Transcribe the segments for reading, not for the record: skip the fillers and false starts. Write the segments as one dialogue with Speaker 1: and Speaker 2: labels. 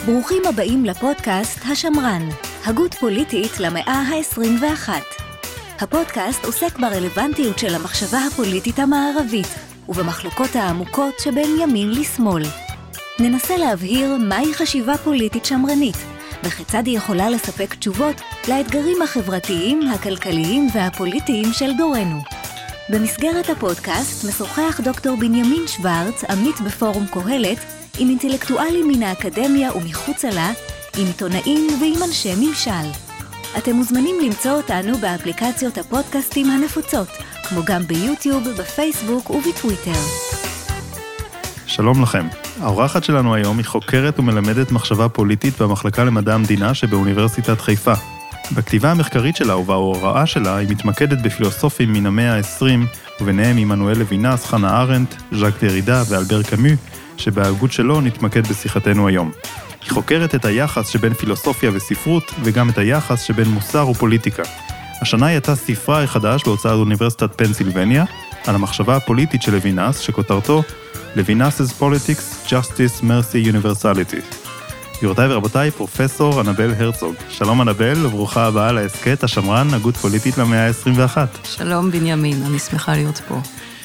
Speaker 1: ברוכים הבאים לפודקאסט השמרן, הגות פוליטית למאה ה-21. הפודקאסט עוסק ברלוונטיות של המחשבה הפוליטית המערבית, ובמחלוקות העמוקות שבין ימין לשמאל. ננסה להבהיר מהי חשיבה פוליטית שמרנית, וכיצד היא יכולה לספק תשובות לאתגרים החברתיים, הכלכליים והפוליטיים של דורנו. במסגרת הפודקאסט משוחח דוקטור בנימין שוורץ, עמית בפורום קהלת, עם אינטלקטואלים מן האקדמיה ומחוצה לה, עם עיתונאים ועם אנשי ממשל. אתם מוזמנים למצוא אותנו באפליקציות הפודקאסטים הנפוצות, כמו גם ביוטיוב, בפייסבוק ובטוויטר.
Speaker 2: שלום לכם. האורחת שלנו היום היא חוקרת ומלמדת מחשבה פוליטית במחלקה למדע המדינה שבאוניברסיטת חיפה. בכתיבה המחקרית שלה ובהוראה שלה היא מתמקדת בפילוסופים מן המאה ה-20, וביניהם עמנואל לוינס, חנה ארנדט, ז'אק דרידה ואלבר קאמו, שבהגות שלו נתמקד בשיחתנו היום. היא חוקרת את היחס שבין פילוסופיה וספרות, וגם את היחס שבין מוסר ופוליטיקה. השנה יצא ספרה חדש בהוצאת אוניברסיטת פנסילבניה, על המחשבה הפוליטית של לוינס, שכותרתו Levinas's Politics, Justice, Mercy, Universality. גבירותיי ורבותיי, פרופסור אנבל הרצוג. שלום אנבל, וברוכה הבאה להסכת השמרן, הגות פוליטית למאה ה-21.
Speaker 3: שלום בנימין, אני שמחה להיות פה.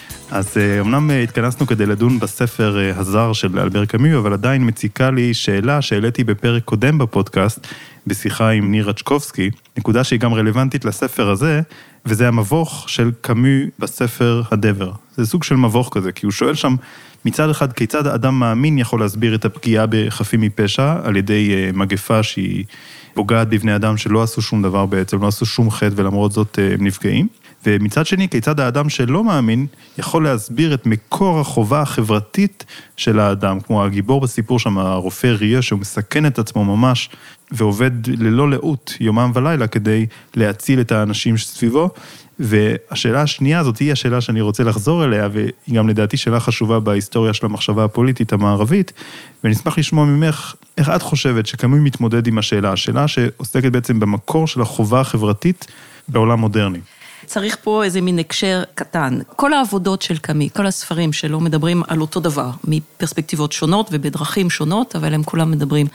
Speaker 2: אז אמנם התכנסנו כדי לדון בספר הזר של אלבר קאמו, אבל עדיין מציקה לי שאלה שהעליתי בפרק קודם בפודקאסט, בשיחה עם ניר רצ'קובסקי, נקודה שהיא גם רלוונטית לספר הזה, וזה המבוך של קאמו בספר הדבר. זה סוג של מבוך כזה, כי הוא שואל שם מצד אחד כיצד האדם מאמין יכול להסביר את הפגיעה בחפים מפשע, על ידי מגפה שהיא פוגעת בבני אדם שלא עשו שום דבר בעצם, לא עשו שום חטא ולמרות זאת הם נפגעים. ומצד שני, כיצד האדם שלא מאמין יכול להסביר את מקור החובה החברתית של האדם, כמו הגיבור בסיפור שם, הרופא ריו, שהוא מסכן את עצמו ממש, ועובד ללא לאות יומם ולילה, כדי להציל את האנשים שסביבו, והשאלה השנייה הזאת היא השאלה שאני רוצה לחזור אליה, והיא גם לדעתי שאלה חשובה בהיסטוריה של המחשבה הפוליטית המערבית, ואני אשמח לשמוע ממך, איך את חושבת שקאמו מתמודד עם השאלה שעוסקת בעצם במקור של החובה החברתית בעולם מודרני.
Speaker 3: צריך פה איזה מין הקשר קטן. כל העבודות של קאמו, כל הספרים שלו מדברים על אותו דבר, מפרספקטיבות שונות ובדרכים שונות, אבל הם כולם מדברים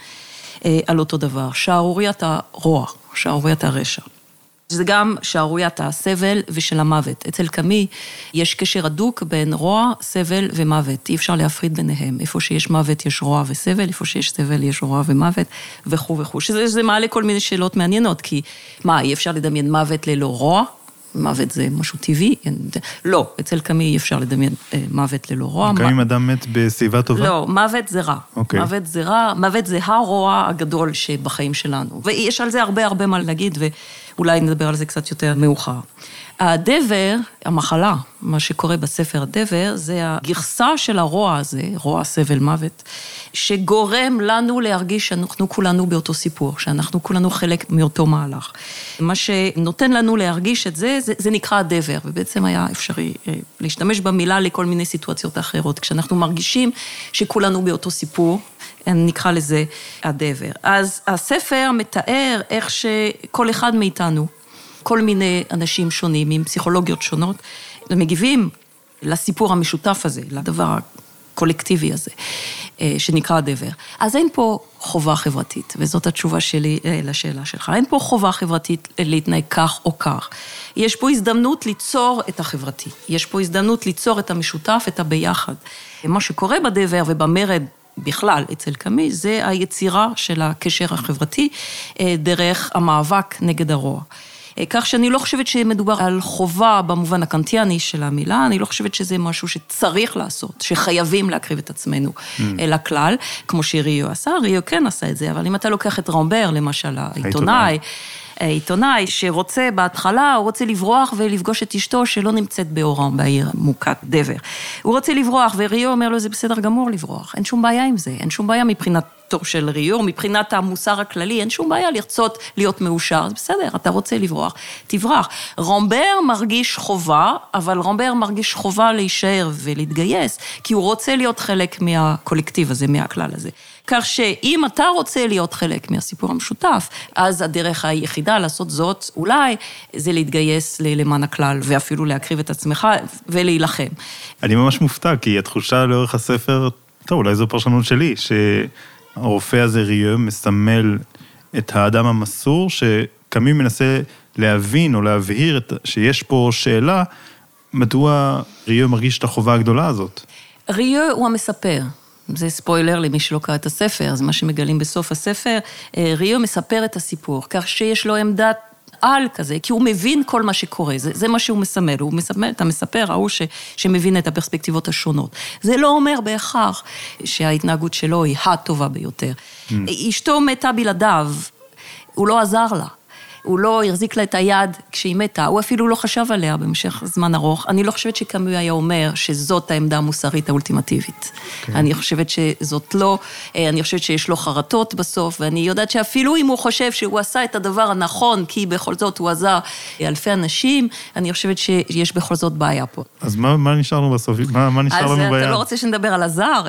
Speaker 3: על אותו דבר. שערוריית הרוע, שערוריית הרשע. זה גם שערוריית הסבל ושל המוות. אצל קאמו יש קשר הדוק בין רוע, סבל ומוות. אי אפשר להפריד ביניהם. איפה שיש מוות יש רוע וסבל, איפה שיש סבל יש רוע ומוות, וכו' וכו'. שזה מעלה כל מיני שאלות מעניינות, כי מה, אי אפשר לדמיין מוות ללא רוע? מוות זה משהו טבעי? לא, אצל קאמו אי אפשר לדמיין מוות ללא רוע.
Speaker 2: גם אם אדם מת בסביבה טובה?
Speaker 3: לא, מוות זה רע. מוות זה רע, מוות זה הרוע הגדול שבחיים שלנו. ויש על זה הרבה מה להגיד, ואולי נדבר על זה קצת יותר מאוחר. הדבר, המחלה, מה שקורה בספר הדבר, זה הגרסה של הרוע הזה, רוע סבל מוות, שגורם לנו להרגיש שאנחנו כולנו באותו סיפור, שאנחנו כולנו חלק מאותו מהלך. מה שנותן לנו להרגיש את זה, זה נקרא הדבר, ובעצם היה אפשרי להשתמש במילה לכל מיני סיטואציות אחרות, כשאנחנו מרגישים שכולנו באותו סיפור, נקרא לזה הדבר. אז הספר מתאר איך שכל אחד מאיתנו, כל מיני אנשים שונים, עם פסיכולוגיות שונות, מגיבים לסיפור המשותף הזה, לדבר הקולקטיבי הזה, שנקרא הדבר. אז אין פה חובה חברתית, וזאת התשובה שלי לשאלה שלך. אין פה חובה חברתית להתנהג כך או כך. יש פה הזדמנות ליצור את החברתי. יש פה הזדמנות ליצור את המשותף, את הביחד. מה שקורה בדבר ובמרד, בכלל, אצל קאמו, זה היצירה של הקשר החברתי, דרך המאבק נגד הרוע. כך שאני לא חושבת שמדובר על חובה במובן הקנטיאני של המילה, אני לא חושבת שזה משהו שצריך לעשות, שחייבים להקריב את עצמנו לכלל, כמו שריו עשה, ריו כן עשה את זה, אבל אם אתה לוקח את רמבר, למשל, העיתונאי שרוצה בהתחלה, הוא רוצה לברוח ולפגוש את אשתו שלא נמצאת באורם, בעיר מוכת דבר. הוא רוצה לברוח, וריו אומר לו, זה בסדר גמור לברוח, אין שום בעיה עם זה, אין שום בעיה מבחינתו של ריו, מבחינת המוסר הכללי, אין שום בעיה לרצות להיות מאושר, זה בסדר, אתה רוצה לברוח, תברח. רמבר מרגיש חובה, אבל רמבר מרגיש חובה להישאר ולהתגייס, כי הוא רוצה להיות חלק מהקולקטיב הזה, מהכלל הזה. כך שאם אתה רוצה להיות חלק מהסיפור המשותף, אז הדרך היחידה לעשות זאת, אולי, זה להתגייס למען הכלל, ואפילו להקריב את עצמך ולהילחם.
Speaker 2: אני ממש מופתע, כי התחושה לאורך הספר, טוב, אולי זו פרשנות שלי, הרופא הזה ריו מסמל את האדם המסור, שקאמי מנסה להבין או להבהיר שיש פה שאלה, מדוע ריו מרגיש את החובה הגדולה הזאת?
Speaker 3: ריו הוא המספר. זה ספוילר למי שלא קרא את הספר, זה מה שמגלים בסוף הספר. ריו מספר את הסיפור, כך שיש לו עמדת על כזה, כי הוא מבין כל מה שקורה, זה מה שהוא מסמל, הוא מסמל את המספר, ההוא שמבין את הפרספקטיבות השונות. זה לא אומר בהכרח שההתנהגות שלו היא הטובה ביותר. אשתו מתה בלעדיו, הוא לא עזר לה. הוא לא הרזיק לה את היד כשהיא מתה, הוא אפילו לא חשב עליה במשך זמן ארוך. אני לא חושבת שקאמי היה אומר שזאת העמדה המוסרית האולטימטיבית. אני חושבת שזאת לא, אני חושבת שיש לו חרטות בסוף, ואני יודעת שאפילו אם הוא חושב שהוא עשה את הדבר הנכון, כי בכל זאת הוא עזר אלפי אנשים, אני חושבת שיש בכל זאת בעיה פה.
Speaker 2: אז מה נשארנו בסוף? מה נשאר לנו ביד?
Speaker 3: אז אתה לא רוצה שנדבר על הזר?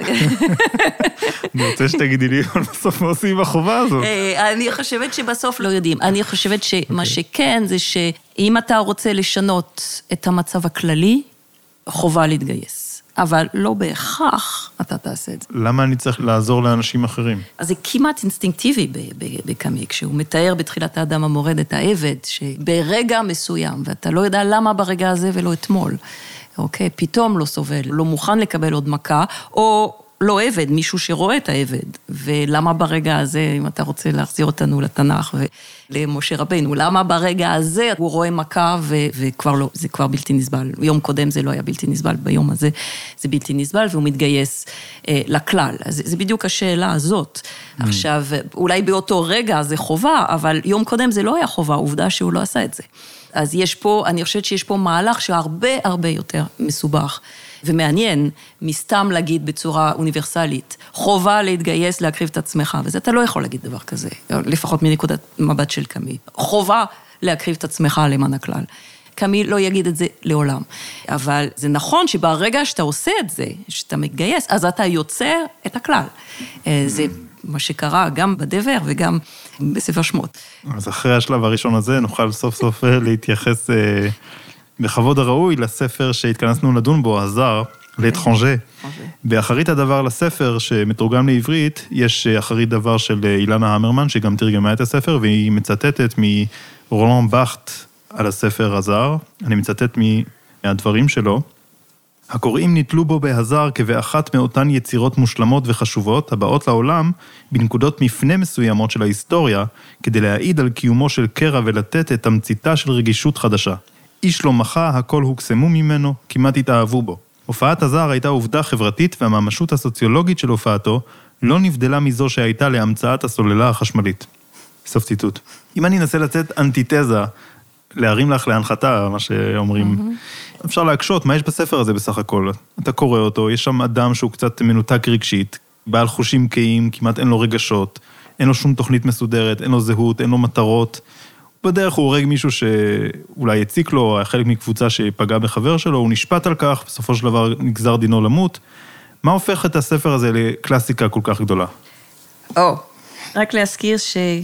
Speaker 2: אני רוצה שתגידי לי, אבל בסוף מה עושים בחובה הזאת?
Speaker 3: אני חושבת שבסוף לא יודעים. אני חושבת שמה שכן זה שאם אתה רוצה לשנות את המצב הכללי, חובה להתגייס. אבל לא בהכרח אתה תעשה את זה.
Speaker 2: למה אני צריך לעזור לאנשים אחרים?
Speaker 3: אז זה כמעט אינסטינקטיבי בקאמי, כשהוא מתאר בתחילת האדם המורד את העבד, שברגע מסוים, ואתה לא יודע למה ברגע הזה ולא אתמול, אוקיי, פתאום לא סובל, לא מוכן לקבל עוד מכה, או לא עבד, מישהו שרואה את העבד, ולמה ברגע הזה, אם אתה רוצה להחזיר אותנו לתנ"ך ולמשה רבינו, למה ברגע הזה הוא רואה מכה וכבר לא, זה כבר בלתי נסבל. יום קודם זה לא היה בלתי נסבל, ביום הזה זה בלתי נסבל, והוא מתגייס לכלל. אז זה בדיוק השאלה הזאת. עכשיו, אולי באותו רגע זה חובה, אבל יום קודם זה לא היה חובה, עובדה שהוא לא עשה את זה. אז יש פה, אני חושבת שיש פה מהלך שהרבה הרבה יותר מסובך. ומעניין, מסתם להגיד בצורה אוניברסלית, חובה להתגייס, להקריב את עצמך, וזה אתה לא יכול להגיד דבר כזה, לפחות מנקודת מבט של קאמי. חובה להקריב את עצמך למען הכלל. קאמי לא יגיד את זה לעולם. אבל זה נכון שברגע שאתה עושה את זה, שאתה מתגייס, אז אתה יוצר את הכלל. זה מה שקרה גם בדבר וגם בספר שמות.
Speaker 2: אז אחרי השלב הראשון הזה, נוכל סוף סוף להתייחס בכבוד הראוי לספר שהתכנסנו לדון בו, הזר, לאטרנג'ה. באחרית הדבר לספר שמתורגם לעברית, יש אחרית דבר של אילנה המרמן, שגם תרגמה את הספר, והיא מצטטת מרולן בכט על הספר הזר. אני מצטט מהדברים שלו. הקוראים נתלו בו בהזר כבאחת מאותן יצירות מושלמות וחשובות, הבאות לעולם בנקודות מפנה מסוימות של ההיסטוריה, כדי להעיד על קיומו של קרע ולתת את תמציתה של רגישות חדשה. איש לא מחה, הכל הוקסמו ממנו, כמעט התאהבו בו. הופעת הזר הייתה עובדה חברתית, והממשות הסוציולוגית של הופעתו לא נבדלה מזו שהייתה להמצאת הסוללה החשמלית. סוף ציטוט. אם אני אנסה לתת אנטיתזה, להרים לך להנחתה, מה שאומרים, אפשר להקשות, מה יש בספר הזה בסך הכל? אתה קורא אותו, יש שם אדם שהוא קצת מנותק רגשית, בעל חושים קיים, כמעט אין לו רגשות, אין לו שום תוכנית מסודרת, אין לו זהות, אין לו מטרות, בדרך הוא הורג מישהו שאולי יציק לו, היה חלק מקבוצה שפגע בחבר שלו, הוא נשפט על כך, בסופו של דבר נגזר דינו למות. מה הופך את הספר הזה לקלאסיקה כל כך גדולה?
Speaker 3: רק להזכיר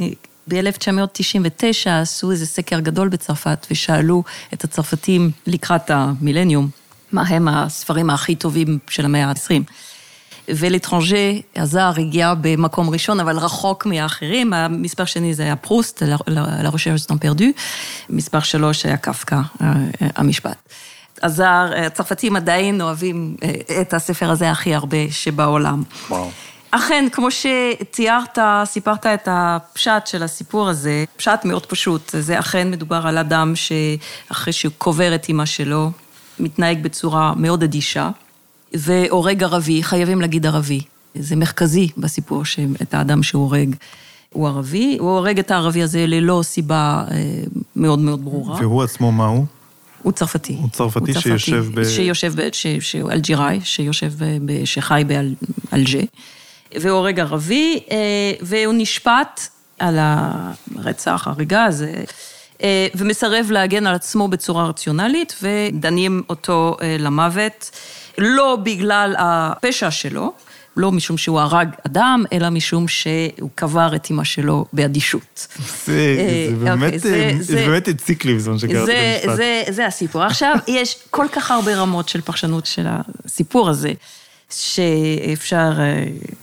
Speaker 3: ב-1999 עשו איזה סקר גדול בצרפת, ושאלו את הצרפתים לקראת המילניום, מה הם הספרים הכי טובים של המאה ה-20. ולאטרנג'ה, הזר הגיע במקום ראשון, אבל רחוק מהאחרים. המספר שני זה היה פרוסט, La Recherche du Temps Perdu, מספר 3 היה קפקא, המשפט. הזר, הצרפתים עדיין אוהבים את הספר הזה הכי הרבה שבעולם.
Speaker 2: וואו.
Speaker 3: אכן, כמו שתיארת, סיפרת את הפשט של הסיפור הזה, פשט מאוד פשוט, זה אכן מדובר על אדם שאחרי שהוא קובר את אמא שלו, מתנהג בצורה מאוד אדישה, והורג ערבי, חייבים להגיד ערבי. זה מרכזי בסיפור שאת האדם שהורג הוא ערבי, הוא הורג את הערבי הזה ללא סיבה מאוד מאוד ברורה.
Speaker 2: והוא עצמו מה הוא?
Speaker 3: הוא צרפתי.
Speaker 2: הוא צרפתי שיושב
Speaker 3: שהוא אלג'יראי, שחי באלג'ה, והורג ערבי, והוא נשפט על הרצח, הריגה הזה, ומסרב להגן על עצמו בצורה רציונלית, ודנים אותו למוות, לא בגלל הפשע שלו, לא משום שהוא הרג אדם, אלא משום שהוא קבר את אמא שלו באדישות.
Speaker 2: זה באמת הציק לי בזמן שקראתי במשפט.
Speaker 3: זה הסיפור. עכשיו, יש כל כך הרבה רמות של פרשנות של הסיפור הזה, שאפשר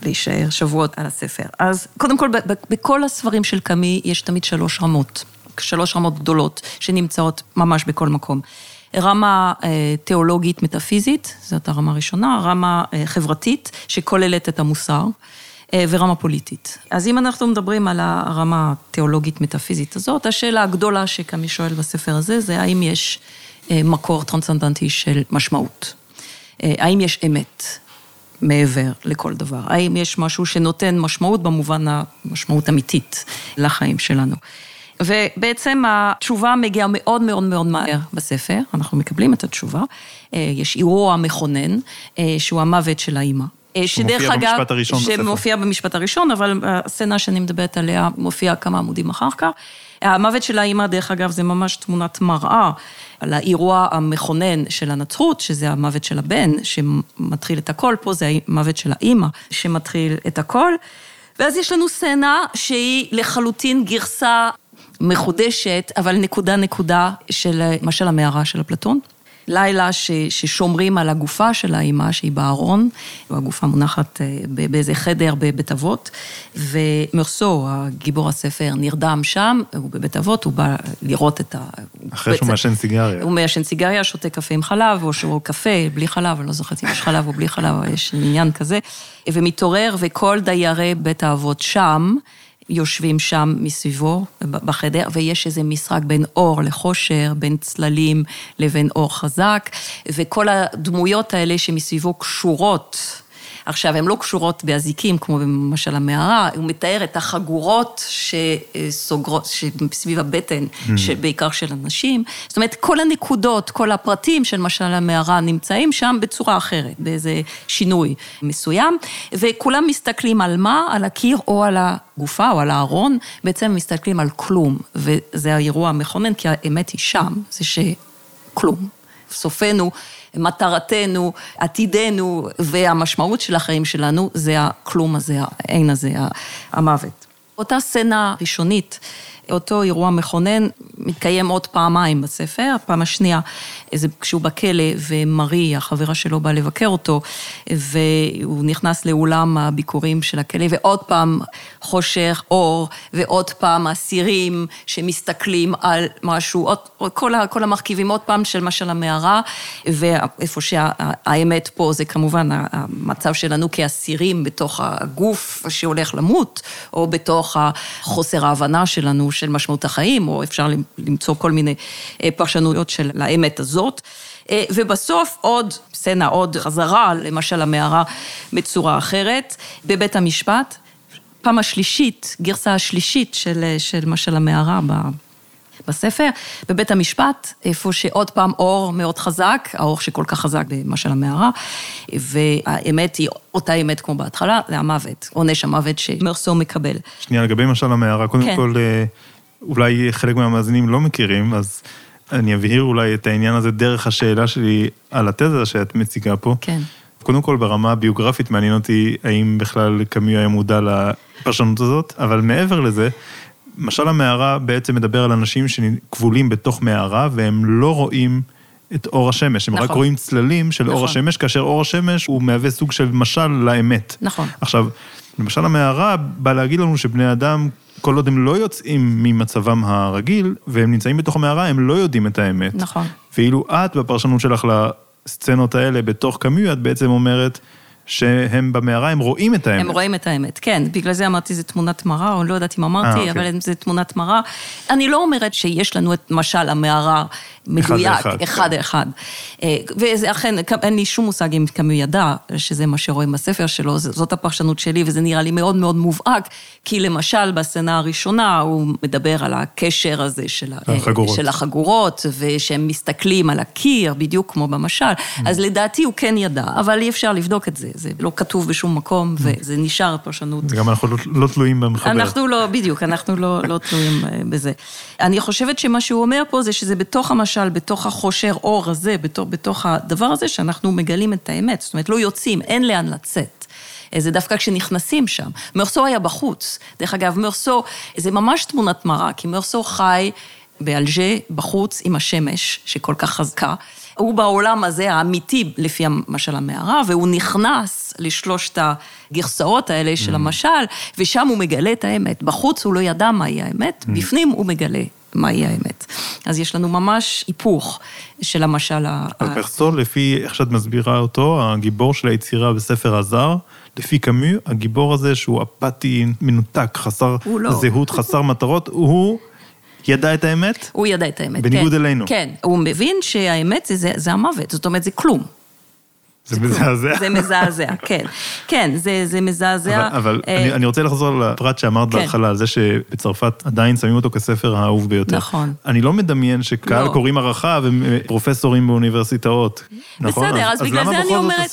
Speaker 3: להישאר שבועות על הספר. אז קודם כל, בכל הספרים של קאמי יש תמיד 3 רמות, 3 רמות גדולות שנמצאות ממש בכל מקום. רמה תיאולוגית מטאפיזית, זאת הרמה הראשונה, רמה חברתית שכוללת את המוסר, ורמה פוליטית. אז אם אנחנו מדברים על הרמה התיאולוגית מטאפיזית הזאת, השאלה הגדולה שקאמי שואל בספר הזה, זה האם יש מקור טרנסצנדנטי של משמעות. האם יש אמת מעבר לכל דבר? האם יש משהו שנותן משמעות במובן המשמעות אמיתית לחיים שלנו? ובעצם התשובה מגיעה מאוד מאוד מאוד מהר בספר, אנחנו מקבלים את התשובה, יש אירוע מכונן, שהוא המוות של האמא.
Speaker 2: שמופיע במשפט הראשון בספר.
Speaker 3: שמופיע במשפט הראשון, אבל הסצנה שאני מדברת עליה מופיעה כמה עמודים אחר כך. המוות של האמא, דרך אגב, זה ממש תמונת מראה על האירוע המכונן של הנצרות, שזה המוות של הבן, שמתחיל את הכל, פה זה המוות של האמא, שמתחיל את הכל. ואז יש לנו סצנה שהיא לחלוטין גרסה מחודשת, אבל נקודה של משל המערה של אפלטון. לילה ששומרים על הגופה של האמא, שהיא בארון, והגופה מונחת באיזה חדר בבית אבות, ומרסו, הגיבור הספר, נרדם שם, הוא בבית אבות, הוא בא לראות את
Speaker 2: אחרי שהוא מעשן סיגריה.
Speaker 3: הוא מעשן סיגריה, שותה קפה עם חלב, או שהוא קפה בלי חלב, אני לא זוכרת אם יש חלב או בלי חלב, יש עניין כזה, ומתעורר, וכל דיירי בית האבות שם, יושבים שם מסביבו בחדר, ויש איזה משחק בין אור לחושר, בין צללים לבין אור חזק, וכל הדמויות האלה שמסביבו קשורות, עכשיו, הן לא קשורות באזיקים, כמו במשל המערה, הוא מתאר את החגורות שסוגרות, סביב הבטן, בעיקר של אנשים. זאת אומרת, כל הנקודות, כל הפרטים של משל המערה נמצאים שם בצורה אחרת, באיזה שינוי מסוים, וכולם מסתכלים על מה? על הקיר או על הגופה או על הארון, בעצם מסתכלים על כלום, וזה האירוע המכונן, כי האמת היא שם, זה שכלום. סופנו, מטרתנו, עתידנו, והמשמעות של החיים שלנו, זה הכלום הזה, האין הזה, המוות. אותה סצנה ראשונית, אותו אירוע מכונן, מתקיים עוד פעמיים בספר, הפעם השנייה, זה כשהוא בכלא, ומרי, החברה שלו, באה לבקר אותו, והוא נכנס לאולם הביקורים של הכלא, ועוד פעם חושך, אור, ועוד פעם אסירים שמסתכלים על משהו, כל המרכיבים, עוד פעם של משל המערה, ואיפה שהאמת פה, זה כמובן המצב שלנו כאסירים בתוך הגוף שהולך למות, או בתוך החוסר ההבנה שלנו, של משמעות החיים, או אפשר למצוא כל מיני פרשנויות של האמת הזאת, ובסוף עוד סצנה, עוד חזרה, למשל המערה בצורה אחרת, בבית המשפט, פעם השלישית, גרסה השלישית של משל המערה בספר, בבית המשפט, איפה שעוד פעם אור מאוד חזק, האור שכל כך חזק במשל המערה, והאמת היא אותה אמת כמו בהתחלה, זה המוות, עונש המוות שמרסו מקבל.
Speaker 2: שנייה, לגבי משל המערה, קודם כל, אולי חלק מהמאזינים לא מכירים, אז אני אבהיר אולי את העניין הזה דרך השאלה שלי על התזה שאת מציגה פה.
Speaker 3: כן.
Speaker 2: קודם כל, ברמה הביוגרפית מעניין אותי האם בכלל קאמי היה מודע לפרשנות הזאת, אבל מעבר לזה, משל המערה בעצם מדבר על אנשים שכבולים בתוך מערה, והם לא רואים את אור השמש, הם רק רואים צללים של אור השמש, כאשר אור השמש הוא מהווה סוג של משל לאמת.
Speaker 3: נכון.
Speaker 2: עכשיו, למשל המערה בא להגיד לנו שבני אדם, כל עוד הם לא יוצאים ממצבם הרגיל, והם נמצאים בתוך המערה, הם לא יודעים את האמת.
Speaker 3: נכון.
Speaker 2: ואילו את, בפרשנות שלך לסצנות האלה בתוך קאמי, את בעצם אומרת שהם במערה, הם רואים את האמת.
Speaker 3: הם רואים את האמת, כן. בגלל זה אמרתי, זה תמונת מראה, או לא יודעת אם אמרתי, אבל זה תמונת מראה. אני לא אומרת שיש לנו את משל המערה מדויק, אחד. וזה אכן, אין לי שום מושג אם קאמי ידע, שזה מה שרואים בספר שלו, זאת הפרשנות שלי, וזה נראה לי מאוד מאוד מובהק, כי למשל, בסצנה הראשונה, הוא מדבר על הקשר הזה של החגורות, ושהם מסתכלים על הקיר, בדיוק כמו במשל. אז לדעתי הוא כן ידע, אבל אי אפשר לבדוק את זה. זה לא כתוב בשום מקום, וזה נשאר פרשנות.
Speaker 2: גם אנחנו לא תלויים במחבר.
Speaker 3: אנחנו לא, בדיוק, אנחנו לא תלויים בזה. אני חושבת שמה שהוא אומר פה זה שזה בתוך המשל, בתוך החושר אור הזה, בתוך הדבר הזה שאנחנו מגלים את האמת. זאת אומרת, לא יוצאים, אין לאן לצאת. זה דווקא כשנכנסים שם. מרסו היה בחוץ. דרך אגב, מרסו, זה ממש תמונת מראה, כי מרסו חי באלג'ה, בחוץ, עם השמש, שכל כך חזקה. הוא בעולם הזה האמיתי, לפי המשל המערה, והוא נכנס לשלושת הגרסאות האלה של המשל, ושם הוא מגלה את האמת. בחוץ הוא לא ידע מהי האמת, בפנים הוא מגלה מהי האמת. אז יש לנו ממש היפוך של המשל.
Speaker 2: פרסו, לפי איך שאת מסבירה אותו, הגיבור של היצירה בספר הזר, לפי קאמי, הגיבור הזה שהוא אפאתי, מנותק, חסר זהות, חסר מטרות, הוא ידע את האמת?
Speaker 3: הוא ידע את האמת,
Speaker 2: בניגוד אלינו.
Speaker 3: כן, הוא מבין שהאמת זה המוות, זאת אומרת, זה כלום.
Speaker 2: זה מזעזע?
Speaker 3: זה מזעזע, כן. כן, זה מזעזע.
Speaker 2: אבל אני רוצה לחזור לפרט שאמרת בהתחלה, על זה שבצרפת עדיין שמים אותו כספר האהוב ביותר.
Speaker 3: נכון.
Speaker 2: אני לא מדמיין שקהל קוראים הרחב, הם פרופסורים באוניברסיטאות.
Speaker 3: בסדר, אז בגלל זה אני אומרת,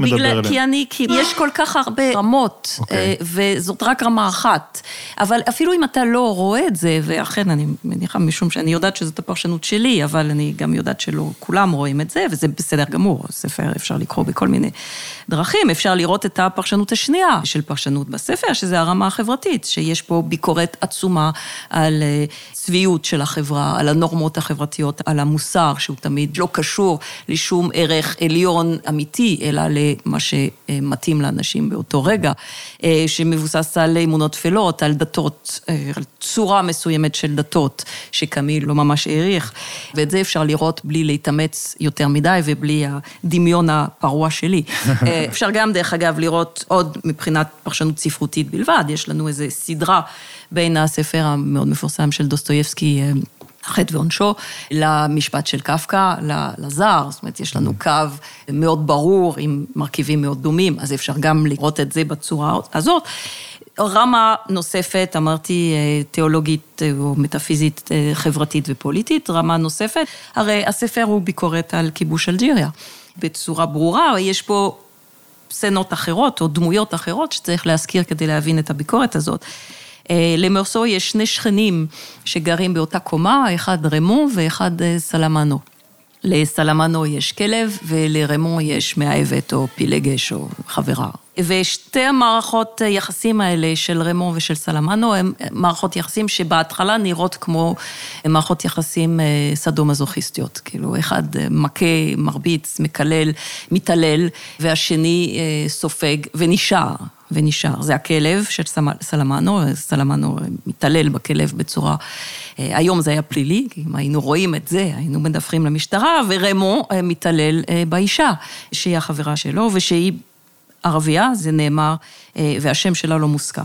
Speaker 3: כי יש כל כך הרבה רמות, וזאת רק רמה אחת. אבל אפילו אם אתה לא רואה את זה, ואכן אני מניחה משום שאני יודעת שזאת הפרשנות שלי, אבל אני גם יודעת שלא כולם רואים את זה, וזה בסדר גמור, ספר אפשר לקרוא בכל מיני דרכים, אפשר לראות את הפרשנות השנייה של פרשנות בספר, שזה הרמה החברתית, שיש פה ביקורת עצומה על צביעות של החברה, על הנורמות החברתיות, על המוסר, שהוא תמיד לא קשור לשום ערך עליון אמיתי, אלא למה שמתאים לאנשים באותו רגע, שמבוסס על אמונות תפלות, על דתות, על צורה מסוימת של דתות, שקאמי לא ממש העריך, ואת זה אפשר לראות בלי להתאמץ יותר מדי, ובלי הדמיון הפרוע שלי. אפשר גם דרך אגב לראות עוד מבחינת פרשנות ספרותית בלבד, יש לנו איזו סדרה בין הספר המאוד מפורסם של דוסטויבסקי, החטא ועונשו, למשפט של קפקא, לזר, זאת אומרת, יש לנו קו מאוד ברור, עם מרכיבים מאוד דומים, אז אפשר גם לראות את זה בצורה הזאת. רמה נוספת, אמרתי, תיאולוגית או מטאפיזית, חברתית ופוליטית, רמה נוספת, הרי הספר הוא ביקורת על כיבוש אלג'יריה. בצורה ברורה, יש פה סצנות אחרות או דמויות אחרות שצריך להזכיר כדי להבין את הביקורת הזאת. למרסו יש שני שכנים שגרים באותה קומה, אחד רמו ואחד סלמנו. לסלמנו יש כלב ולרמו יש מאהבת או פילגש או חברה. ושתי המערכות יחסים האלה של רמו ושל סלמנו, הן מערכות יחסים שבהתחלה נראות כמו מערכות יחסים סדו-מזוכיסטיות. כאילו, אחד מכה, מרביץ, מקלל, מתעלל, והשני סופג ונשאר. זה הכלב של סלמנו מתעלל בכלב בצורה, היום זה היה פלילי, כי אם היינו רואים את זה, היינו מדווחים למשטרה, ורמו מתעלל באישה, שהיא החברה שלו, ושהיא ערבייה, זה נאמר, והשם שלה לא מוזכר.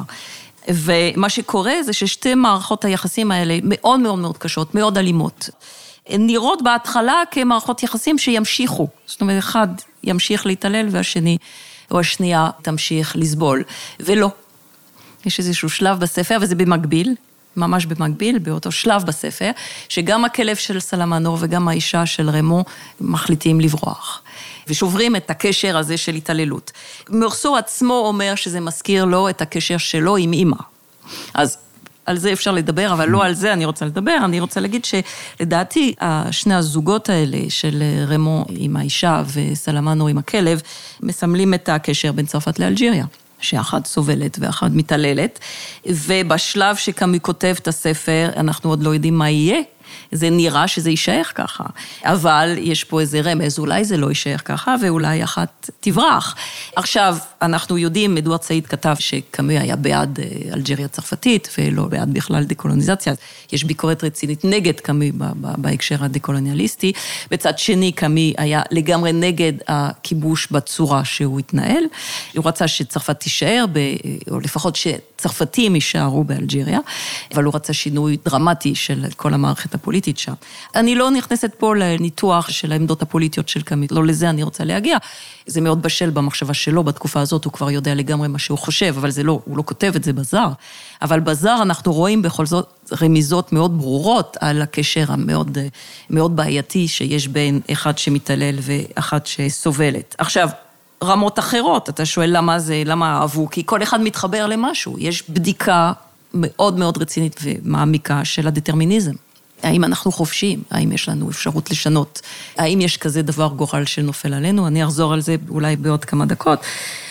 Speaker 3: ומה שקורה זה ששתי מערכות היחסים האלה מאוד מאוד מאוד קשות, מאוד אלימות. הן נראות בהתחלה כמערכות יחסים שימשיכו. זאת אומרת, אחד ימשיך להתעלל והשני או השנייה תמשיך לסבול. ולא. יש איזשהו שלב בספר, וזה במקביל, ממש במקביל, באותו שלב בספר, שגם הכלב של סלמנו וגם האישה של רמו מחליטים לברוח. ושוברים את הקשר הזה של התעללות. מרסו עצמו אומר שזה מזכיר לו את הקשר שלו עם אמא. אז על זה אפשר לדבר, אבל לא על זה אני רוצה לדבר. אני רוצה להגיד שלדעתי, שני הזוגות האלה של רמו עם האישה וסלמנו עם הכלב, מסמלים את הקשר בין צרפת לאלג'יריה. שאחת סובלת ואחת מתעללת, ובשלב שקאמי כותב את הספר, אנחנו עוד לא יודעים מה יהיה, זה נראה שזה יישאר ככה, אבל יש פה איזה רמז, אולי זה לא יישאר ככה, ואולי אחת תברח. עכשיו, אנחנו יודעים, אדוארד סעיד כתב שקאמי היה בעד אלג'יריה צרפתית, ולא בעד בכלל דקולוניזציה, יש ביקורת רצינית נגד קאמי בהקשר הדקולוניאליסטי, בצד שני קאמי היה לגמרי נגד הכיבוש בצורה שהוא התנהל, הוא רצה שצרפת תישאר, או לפחות שצרפתים יישארו באלג'יריה, אבל הוא רצה שינוי דרמטי של כל המערכת הפוליטית שם. אני לא נכנסת פה לניתוח של העמדות הפוליטיות של קאמי, לא לזה אני רוצה להגיע, זה מאוד בשל במחשבה שלו, בתקופה הזאת הוא כבר יודע לגמרי מה שהוא חושב, אבל זה לא, הוא לא כותב את זה בזר, אבל בזר אנחנו רואים בכל זאת רמיזות מאוד ברורות על הקשר המאוד מאוד בעייתי שיש בין אחד שמתעלל ואחד שסובלת. עכשיו, רמות אחרות, אתה שואל למה אהבו, כי כל אחד מתחבר למשהו, יש בדיקה מאוד מאוד רצינית ומעמיקה של הדטרמיניזם. האם אנחנו חופשיים? האם יש לנו אפשרות לשנות? האם יש כזה דבר גורל שנופל עלינו? אני אחזור על זה אולי בעוד כמה דקות.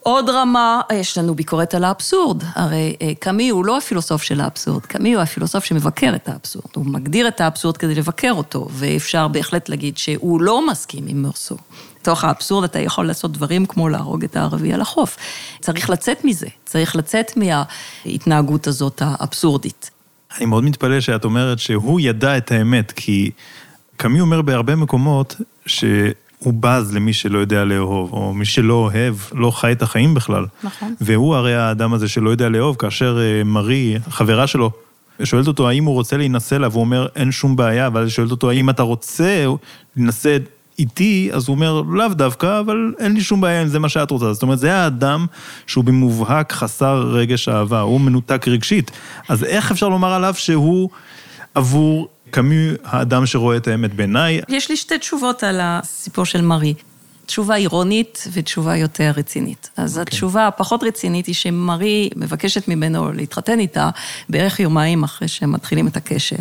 Speaker 3: עוד רמה, יש לנו ביקורת על האבסורד. הרי קאמי הוא לא הפילוסוף של האבסורד, קאמי הוא הפילוסוף שמבקר את האבסורד. הוא מגדיר את האבסורד כדי לבקר אותו, ואפשר בהחלט להגיד שהוא לא מסכים עם מרסו. בתוך האבסורד אתה יכול לעשות דברים כמו להרוג את הערבי על החוף. צריך לצאת מזה, צריך לצאת מההתנהגות הזאת האבסורדית.
Speaker 2: אני מאוד מתפלא שאת אומרת שהוא ידע את האמת, כי קאמי אומר בהרבה מקומות שהוא בז למי שלא יודע לאהוב, או מי שלא אוהב, לא חי את החיים בכלל.
Speaker 3: נכון.
Speaker 2: והוא הרי האדם הזה שלא יודע לאהוב, כאשר מרי, חברה שלו, שואלת אותו האם הוא רוצה להינשא לה, והוא אומר אין שום בעיה, אבל שואלת אותו האם אתה רוצה להינשא איתי, אז הוא אומר לאו דווקא, אבל אין לי שום בעיה אם זה מה שאת רוצה. זאת אומרת, זה האדם שהוא במובהק חסר רגש אהבה, הוא מנותק רגשית. אז איך אפשר לומר עליו שהוא עבור קאמי האדם שרואה את האמת בעיניי?
Speaker 3: יש לי שתי תשובות על הסיפור של מרי. תשובה אירונית ותשובה יותר רצינית. אז התשובה הפחות רצינית היא שמרי מבקשת ממנו להתחתן איתה בערך יומיים אחרי שהם מתחילים את הקשר.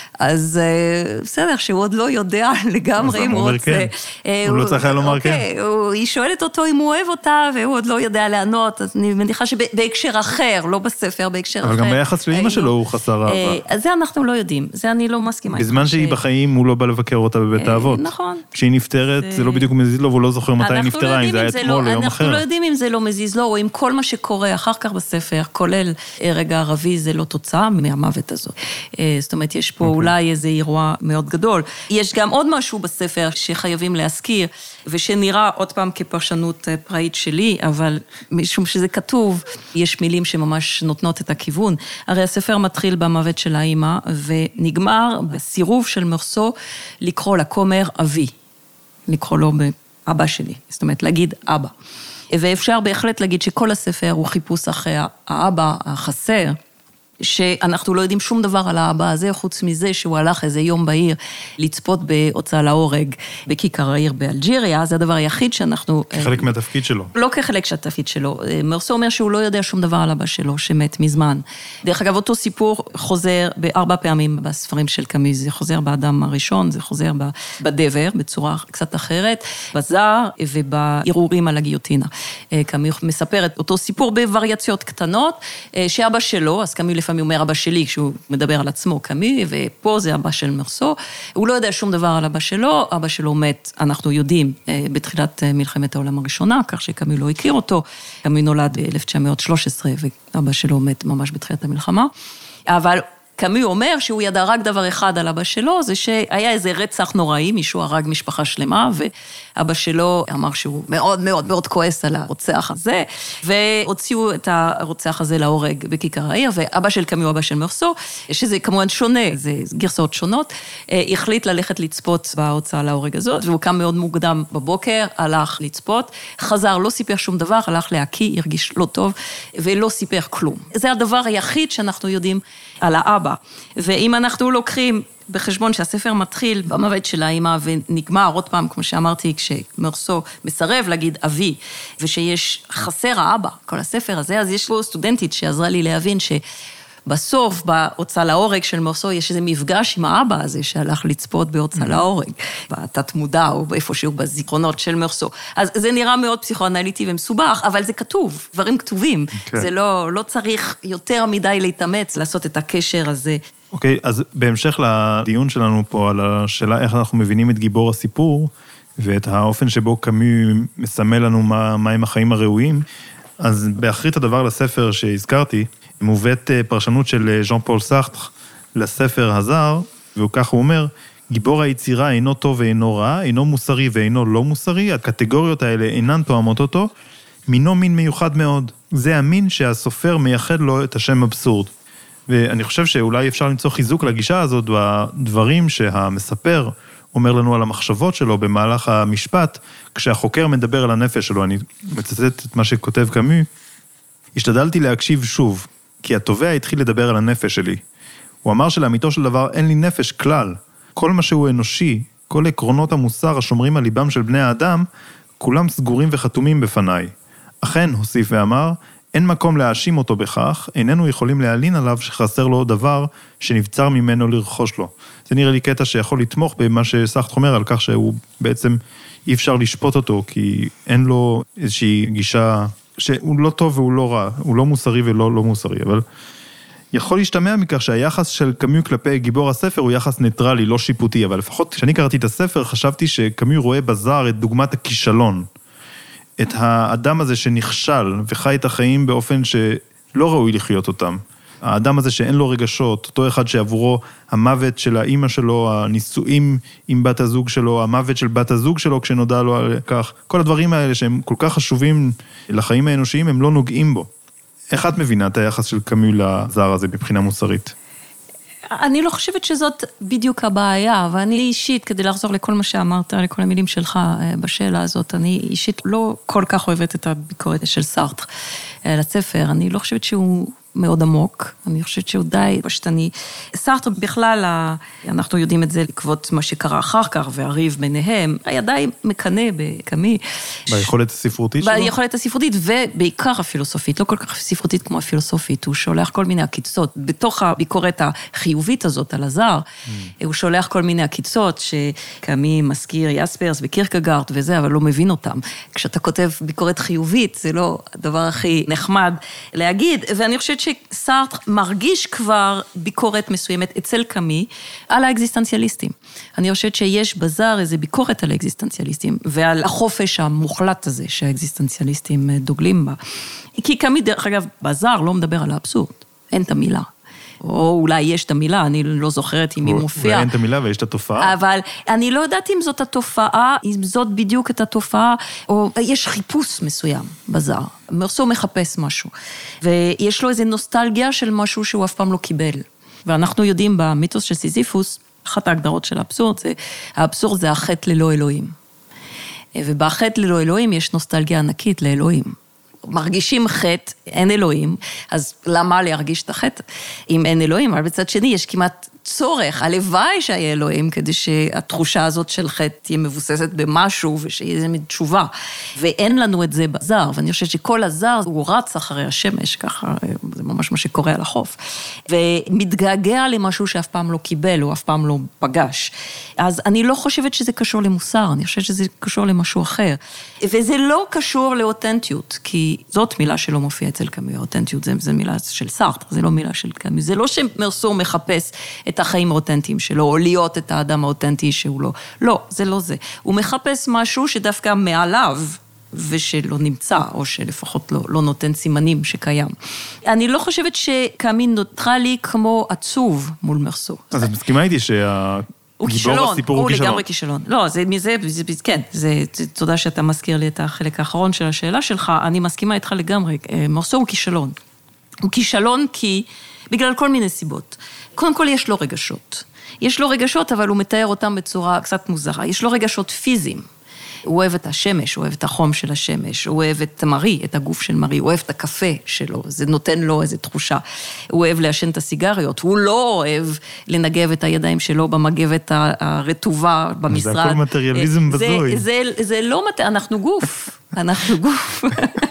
Speaker 3: אז בסדר, שהוא עוד לא יודע לגמרי אם הוא רוצה.
Speaker 2: הוא לא צריך היה לומר כן.
Speaker 3: היא שואלת אותו אם הוא אוהב אותה, והוא עוד לא יודע לענות, אז אני מניחה שבהקשר אחר, לא בספר, בהקשר אחר.
Speaker 2: אבל גם ביחס לאמא שלו הוא חסר אהבה.
Speaker 3: אז זה אנחנו לא יודעים, זה אני לא מסכימה.
Speaker 2: בזמן שהיא בחיים הוא לא בא לבקר אותה בבית האבות.
Speaker 3: נכון.
Speaker 2: כשהיא נפטרת, זה לא בדיוק מזיז לו, והוא לא זוכר מתי היא נפטרה, אם זה היה אתמול או יום אחר.
Speaker 3: אנחנו לא יודעים אם זה לא מזיז לו, או אם כל מה שקורה אחר כך בספר, כולל רגע ערבי, זה לא תוצאה מהמוות הזאת. זאת אומרת, יש פה אולי איזה אירוע מאוד גדול. יש גם עוד משהו בספר שחייבים להזכיר, ושנראה עוד פעם כפרשנות פראית שלי, אבל משום שזה כתוב, יש מילים שממש נותנות את הכיוון. הרי הספר מתחיל במוות של האמא, ונגמר בסירוב של מרסו לקרוא לכומר אבי. לקרוא לו אבא שלי, זאת אומרת, להגיד אבא. ואפשר בהחלט להגיד שכל הספר הוא חיפוש אחרי האבא החסר, שאנחנו לא יודעים שום דבר על האבא הזה, חוץ מזה שהוא הלך איזה יום בעיר לצפות בהוצאה להורג בכיכר העיר באלג'יריה, זה הדבר היחיד שאנחנו...
Speaker 2: כחלק מהתפקיד שלו.
Speaker 3: לא כחלק של התפקיד שלו. מרסו אומר שהוא לא יודע שום דבר על אבא שלו, שמת מזמן. דרך אגב, אותו סיפור חוזר ב4 פעמים בספרים של קאמי, זה חוזר באדם הראשון, זה חוזר בדבר, בצורה קצת אחרת, בזר ובערעורים על הגיוטינה. קאמי מספר את אותו סיפור בווריאציות קטנות, שאבא שלו, אז קאמי לפעמים אומר אבא שלי, כשהוא מדבר על עצמו קאמי, ופה זה אבא של מרסו, הוא לא יודע שום דבר על אבא שלו מת, אנחנו יודעים, בתחילת מלחמת העולם הראשונה, כך שקאמי לא הכיר אותו, קאמי נולד ב-1913, ואבא שלו מת ממש בתחילת המלחמה, אבל קאמי אומר שהוא ידע רק דבר אחד על אבא שלו, זה שהיה איזה רצח נוראי, מישהו הרג משפחה שלמה, ואבא שלו אמר שהוא מאוד מאוד מאוד כועס על הרוצח הזה, והוציאו את הרוצח הזה להורג בכיכר העיר, ואבא של קאמי הוא אבא של מרסו, שזה כמובן שונה, זה גרסאות שונות, החליט ללכת לצפות בהוצאה להורג הזאת, והוא קם מאוד מוקדם בבוקר, הלך לצפות, חזר, לא סיפר שום דבר, הלך להקיא, הרגיש לא טוב, ולא סיפר כלום. זה הדבר היחיד שאנחנו יודעים על האבא. ואם אנחנו לוקחים בחשבון שהספר מתחיל במוות של האמא ונגמר עוד פעם, כמו שאמרתי, כשמרסו מסרב להגיד אבי, ושיש חסר האבא, כל הספר הזה, אז יש פה סטודנטית שעזרה לי להבין בסוף, בהוצאה להורג של מרסו, יש איזה מפגש עם האבא הזה שהלך לצפות בהוצאה להורג, בתת מודע או איפשהו בזיכרונות של מרסו. אז זה נראה מאוד פסיכואנליטי ומסובך, אבל זה כתוב, דברים כתובים. זה לא צריך יותר מדי להתאמץ לעשות את הקשר הזה.
Speaker 2: אוקיי, אז בהמשך לדיון שלנו פה על השאלה איך אנחנו מבינים את גיבור הסיפור, ואת האופן שבו קאמי מסמל לנו מהם החיים הראויים, אז באחרית הדבר לספר שהזכרתי, מובאת פרשנות של ז'אן פול סארטר לספר הזר, וכך הוא אומר, גיבור היצירה אינו טוב ואינו רע, אינו מוסרי ואינו לא מוסרי, הקטגוריות האלה אינן תואמות אותו, מינו מין מיוחד מאוד. זה המין שהסופר מייחד לו את השם אבסורד. ואני חושב שאולי אפשר למצוא חיזוק לגישה הזאת בדברים שהמספר אומר לנו על המחשבות שלו במהלך המשפט, כשהחוקר מדבר על הנפש שלו, אני מצטט את מה שכותב קאמי, השתדלתי להקשיב שוב, כי התובע התחיל לדבר על הנפש שלי. הוא אמר שלאמיתו של דבר אין לי נפש כלל. כל מה שהוא אנושי, כל עקרונות המוסר השומרים על ליבם של בני האדם, כולם סגורים וחתומים בפניי. אכן, הוסיף ואמר, אין מקום להאשים אותו בכך, איננו יכולים להלין עליו שחסר לו דבר שנבצר ממנו לרכוש לו. זה נראה לי קטע שיכול לתמוך במה שסארטר אומר על כך שהוא בעצם אי אפשר לשפוט אותו, כי אין לו איזושהי גישה שהוא לא טוב והוא לא רע, הוא לא מוסרי ולא לא מוסרי, אבל יכול להשתמע מכך שהיחס של קאמיו כלפי גיבור הספר הוא יחס ניטרלי, לא שיפוטי, אבל לפחות כשאני קראתי את הספר, חשבתי שקאמיו רואה בזר את דוגמת הכישלון, את האדם הזה שנכשל וחי את החיים באופן שלא ראוי לחיות אותם. האדם הזה שאין לו רגשות, אותו אחד שעבורו המוות של האמא שלו, הנישואים עם בת הזוג שלו, המוות של בת הזוג שלו כשנודע לו על כך, כל הדברים האלה שהם כל כך חשובים לחיים האנושיים, הם לא נוגעים בו. איך את מבינה את היחס של קאמיו לזר הזה מבחינה מוסרית?
Speaker 3: אני לא חושבת שזאת בדיוק הבעיה, ואני אישית, כדי לחזור לכל מה שאמרת, לכל המילים שלך בשאלה הזאת, אני אישית לא כל כך אוהבת את הביקורת של סארטר לספר, אני לא חושבת שהוא מאוד עמוק, אני חושבת שהוא די פשטני. סארטר בכלל, אנחנו יודעים את זה לקוות מה שקרה אחר כך, והריב ביניהם, היה די מקנה בקאמי.
Speaker 2: ביכולת הספרותית שלו?
Speaker 3: ביכולת הספרותית, ובעיקר הפילוסופית, לא כל כך ספרותית כמו הפילוסופית, הוא שולח כל מיני עקיצות, בתוך הביקורת החיובית הזאת על הזר, הוא שולח כל מיני עקיצות, שקאמי מזכיר יספרס וקירקגארד וזה, אבל לא מבין אותם. כשאתה כותב ביקורת חיובית, זה לא הדבר הכי נחמד להגיד, ואני חושבת שסארטר מרגיש כבר ביקורת מסוימת אצל קאמי על האקזיסטנציאליסטים. אני חושבת שיש בזר איזו ביקורת על האקזיסטנציאליסטים, ועל החופש המוחלט הזה שהאקזיסטנציאליסטים דוגלים בה. כי קאמי, דרך אגב, בזר לא מדבר על האבסורד, אין את המילה. או אולי יש את המילה, אני לא זוכרת אם היא מופיעה.
Speaker 2: ואין את המילה ויש את התופעה.
Speaker 3: אבל אני לא יודעת אם זאת התופעה, אם זאת בדיוק את התופעה, או יש חיפוש מסוים בזר. מרסו מחפש משהו. ויש לו איזו נוסטלגיה של משהו שהוא אף פעם לא קיבל. ואנחנו יודעים במיתוס של סיזיפוס, אחת ההגדרות של האבסורד, האבסורד זה החטא ללא אלוהים. ובחטא ללא אלוהים יש נוסטלגיה ענקית לאלוהים. מרגישים חטא, אין אלוהים, אז למה להרגיש את החטא? אם אין אלוהים, אבל בצד שני יש כמעט צורך, הלוואי שהיה אלוהים, כדי שהתחושה הזאת של חטא תהיה מבוססת במשהו, ושיהיה איזה תשובה. ואין לנו את זה בזר, ואני חושבת שכל הזר הוא רץ אחרי השמש, ככה, זה ממש מה שקורה על החוף, ומתגעגע למשהו שאף פעם לא קיבל, או אף פעם לא פגש. אז אני לא חושבת שזה קשור למוסר, אני חושבת שזה קשור למשהו אחר. וזה לא קשור לאותנטיות, כי זאת מילה שלא מופיעה אצל קאמי, האותנטיות זה מילה של סארטר, זה לא מילה של קאמי, זה לא שמרסו מחפש את החיים האותנטיים שלו, או להיות את האדם האותנטי שהוא לא. לא, זה לא זה. הוא מחפש משהו שדווקא מעליו, ושלא נמצא, או שלפחות לא נותן סימנים שקיים. אני לא חושבת שקאמי נותרה לי כמו עצוב מול מרסו.
Speaker 2: אז את מסכימה איתי גיבור הסיפור הוא כישלון.
Speaker 3: לגמרי כישלון. לא, כן, תודה שאתה מזכיר לי את החלק האחרון של השאלה שלך, אני מסכימה איתך לגמרי, מרסו הוא כישלון. הוא כישלון כי, בגלל כל מיני סיבות. קודם כל יש לו רגשות. יש לו רגשות, אבל הוא מתאר אותם בצורה קצת מוזרה. יש לו רגשות פיזיים. הוא אוהב את השמש, הוא אוהב את החום של השמש, הוא אוהב את מרי, את הגוף של מרי, הוא אוהב את הקפה שלו, זה נותן לו איזו תחושה. הוא אוהב לעשן את הסיגריות, הוא לא אוהב לנגב את הידיים שלו במגבת הרטובה במשרד.
Speaker 2: זה הכל מטריאליזם בזוי.
Speaker 3: זה לא אנחנו גוף, אנחנו גוף.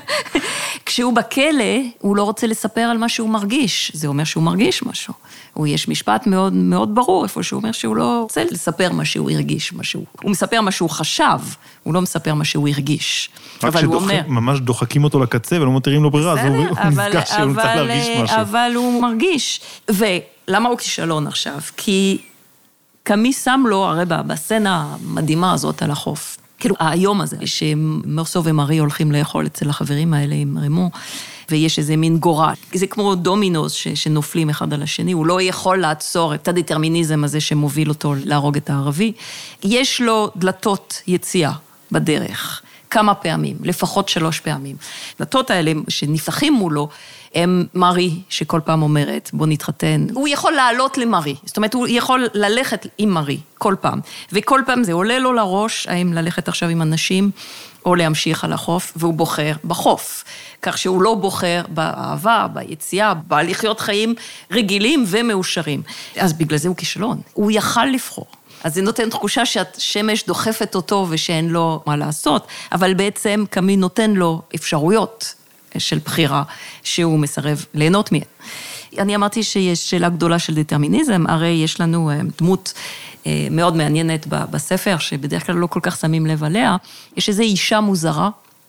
Speaker 3: כשהוא בכלא, הוא לא רוצה לספר על מה שהוא מרגיש, זה אומר שהוא מרגיש משהו. יש משפט מאוד, מאוד ברור, איפה שהוא אומר שהוא לא רוצה לספר מה שהוא הרגיש, הוא מספר מה שהוא חשב, הוא לא מספר מה שהוא הרגיש.
Speaker 2: רק שממש דוחקים אותו לקצה ולא מותירים לו ברירה, אז הוא נפגש שהוא צריך להרגיש משהו.
Speaker 3: אבל הוא מרגיש. ולמה הוא כישלון עכשיו? כי קאמי שם לו, הרי בסצנה המדהימה הזאת על החוף, כאילו היום הזה, שמרסו ומרי הולכים לאכול אצל החברים האלה עם רימו, ויש איזה מין גורל. זה כמו דומינוס שנופלים אחד על השני, הוא לא יכול לעצור את הדטרמיניזם הזה שמוביל אותו להרוג את הערבי. יש לו דלתות יציאה בדרך, כמה פעמים, לפחות 3 פעמים. דלתות האלה שנפתחים מולו, הם מרי שכל פעם אומרת, בוא נתחתן. הוא יכול לעלות למרי, זאת אומרת, הוא יכול ללכת עם מרי כל פעם, וכל פעם זה עולה לו לראש, האם ללכת עכשיו עם אנשים, או להמשיך על החוף, והוא בוחר בחוף. כך שהוא לא בוחר באהבה, ביציאה, בלחיות חיים רגילים ומאושרים. אז בגלל זה הוא כישלון. הוא יכל לבחור. אז זה נותן תחושה שהשמש דוחפת אותו ושאין לו מה לעשות, אבל בעצם קאמי נותן לו אפשרויות של בחירה שהוא מסרב ליהנות מהן. אני אמרתי שיש שאלה גדולה של דטרמיניזם, הרי יש לנו דמות מאוד מעניינת בספר, שבדרך כלל לא כל כך שמים לב עליה, יש איזו אישה מוזרה,